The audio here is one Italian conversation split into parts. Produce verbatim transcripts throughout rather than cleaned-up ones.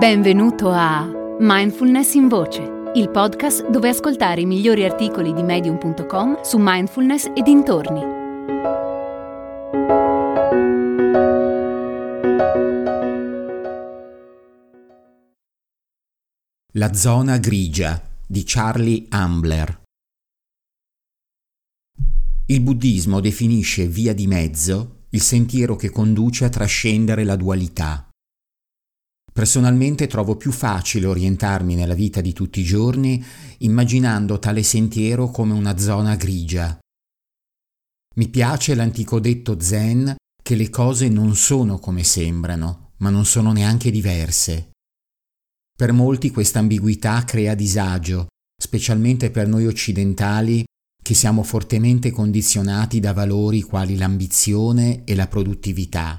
Benvenuto a Mindfulness in Voce, il podcast dove ascoltare i migliori articoli di medium punto com su mindfulness e dintorni. La zona grigia di Charlie Ambler. Il buddismo definisce via di mezzo il sentiero che conduce a trascendere la dualità. Personalmente trovo più facile orientarmi nella vita di tutti i giorni immaginando tale sentiero come una zona grigia. Mi piace l'antico detto zen che le cose non sono come sembrano, ma non sono neanche diverse. Per molti questa ambiguità crea disagio, specialmente per noi occidentali che siamo fortemente condizionati da valori quali l'ambizione e la produttività.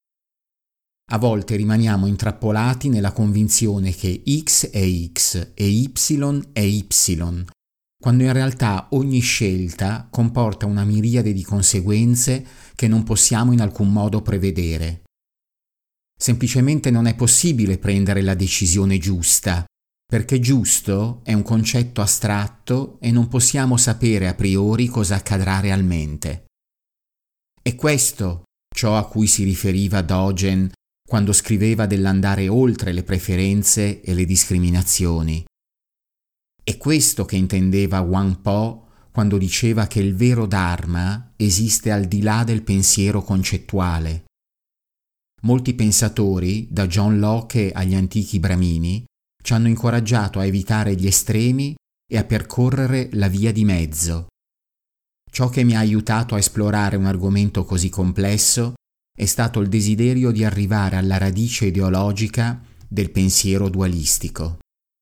A volte rimaniamo intrappolati nella convinzione che X è X e Y è Y, quando in realtà ogni scelta comporta una miriade di conseguenze che non possiamo in alcun modo prevedere. Semplicemente non è possibile prendere la decisione giusta, perché giusto è un concetto astratto e non possiamo sapere a priori cosa accadrà realmente. È questo ciò a cui si riferiva Dogen quando scriveva dell'andare oltre le preferenze e le discriminazioni. È questo che intendeva Wang Po quando diceva che il vero Dharma esiste al di là del pensiero concettuale. Molti pensatori, da John Locke agli antichi Brahmini, ci hanno incoraggiato a evitare gli estremi e a percorrere la via di mezzo. Ciò che mi ha aiutato a esplorare un argomento così complesso è stato il desiderio di arrivare alla radice ideologica del pensiero dualistico.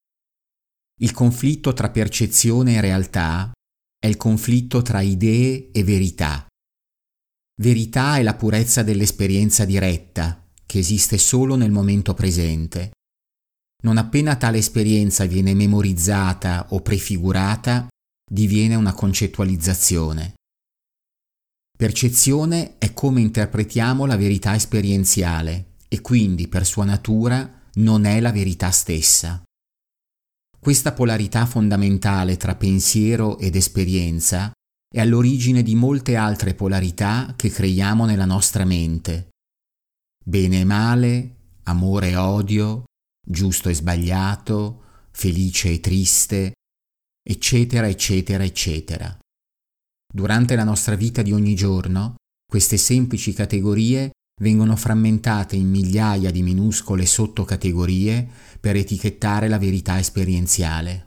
Il conflitto tra percezione e realtà è il conflitto tra idee e verità. Verità è la purezza dell'esperienza diretta, che esiste solo nel momento presente. Non appena tale esperienza viene memorizzata o prefigurata, diviene una concettualizzazione. Percezione è come interpretiamo la verità esperienziale e quindi per sua natura non è la verità stessa. Questa polarità fondamentale tra pensiero ed esperienza è all'origine di molte altre polarità che creiamo nella nostra mente. Bene e male, amore e odio, giusto e sbagliato, felice e triste, eccetera, eccetera, eccetera. Durante la nostra vita di ogni giorno, queste semplici categorie vengono frammentate in migliaia di minuscole sottocategorie per etichettare la verità esperienziale.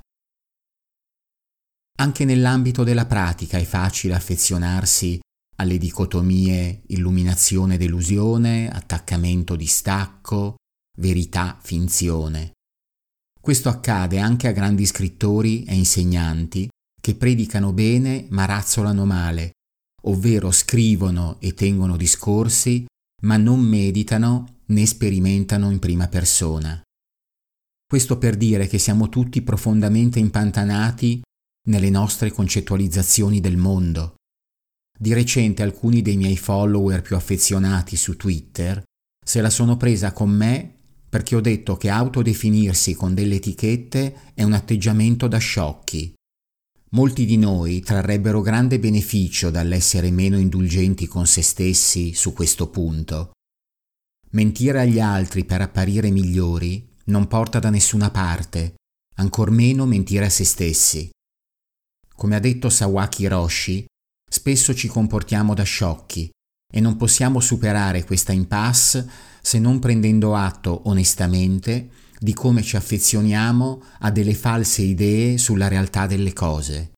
Anche nell'ambito della pratica è facile affezionarsi alle dicotomie illuminazione-delusione, attaccamento-distacco, verità-finzione. Questo accade anche a grandi scrittori e insegnanti che predicano bene ma razzolano male, ovvero scrivono e tengono discorsi ma non meditano né sperimentano in prima persona. Questo per dire che siamo tutti profondamente impantanati nelle nostre concettualizzazioni del mondo. Di recente alcuni dei miei follower più affezionati su Twitter se la sono presa con me perché ho detto che autodefinirsi con delle etichette è un atteggiamento da sciocchi. Molti di noi trarrebbero grande beneficio dall'essere meno indulgenti con se stessi su questo punto. Mentire agli altri per apparire migliori non porta da nessuna parte, ancor meno mentire a se stessi. Come ha detto Sawaki Hiroshi, spesso ci comportiamo da sciocchi e non possiamo superare questa impasse se non prendendo atto onestamente di come ci affezioniamo a delle false idee sulla realtà delle cose.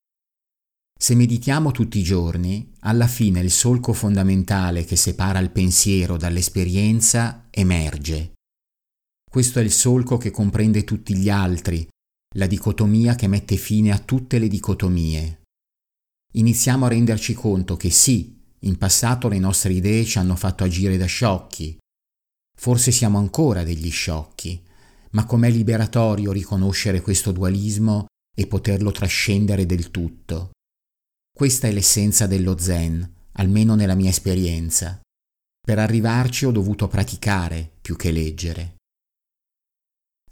Se meditiamo tutti i giorni, alla fine il solco fondamentale che separa il pensiero dall'esperienza emerge. Questo è il solco che comprende tutti gli altri, la dicotomia che mette fine a tutte le dicotomie. Iniziamo a renderci conto che sì, in passato le nostre idee ci hanno fatto agire da sciocchi. Forse siamo ancora degli sciocchi, ma com'è liberatorio riconoscere questo dualismo e poterlo trascendere del tutto. Questa è l'essenza dello Zen, almeno nella mia esperienza. Per arrivarci ho dovuto praticare più che leggere.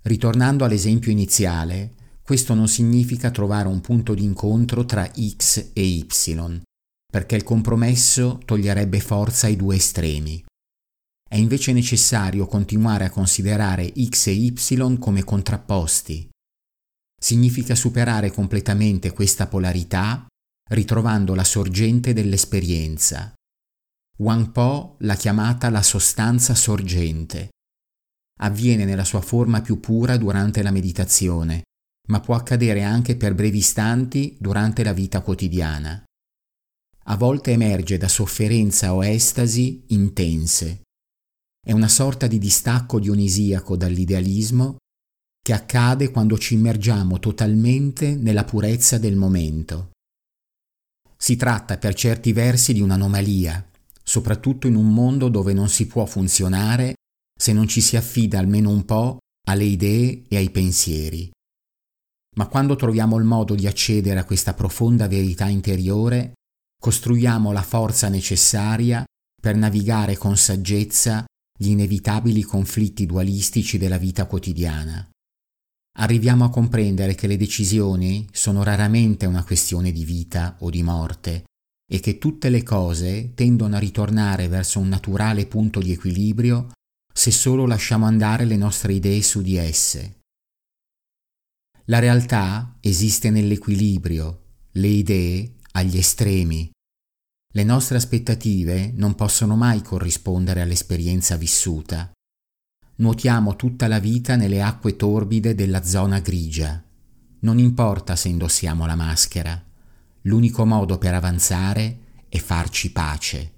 Ritornando all'esempio iniziale, questo non significa trovare un punto d'incontro tra X e Y, perché il compromesso toglierebbe forza ai due estremi. È invece necessario continuare a considerare X e Y come contrapposti. Significa superare completamente questa polarità, ritrovando la sorgente dell'esperienza. Wang Po l'ha chiamata la sostanza sorgente. Avviene nella sua forma più pura durante la meditazione, ma può accadere anche per brevi istanti durante la vita quotidiana. A volte emerge da sofferenza o estasi intense. È una sorta di distacco dionisiaco dall'idealismo che accade quando ci immergiamo totalmente nella purezza del momento. Si tratta per certi versi di un'anomalia, soprattutto in un mondo dove non si può funzionare se non ci si affida almeno un po' alle idee e ai pensieri. Ma quando troviamo il modo di accedere a questa profonda verità interiore, costruiamo la forza necessaria per navigare con saggezza gli inevitabili conflitti dualistici della vita quotidiana. Arriviamo a comprendere che le decisioni sono raramente una questione di vita o di morte e che tutte le cose tendono a ritornare verso un naturale punto di equilibrio se solo lasciamo andare le nostre idee su di esse. La realtà esiste nell'equilibrio, le idee agli estremi. Le nostre aspettative non possono mai corrispondere all'esperienza vissuta. Nuotiamo tutta la vita nelle acque torbide della zona grigia. Non importa se indossiamo la maschera. L'unico modo per avanzare è farci pace.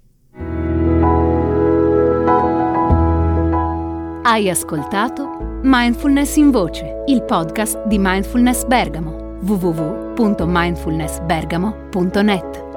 Hai ascoltato Mindfulness in Voce, il podcast di Mindfulness Bergamo, w w w punto mindfulness bergamo punto net.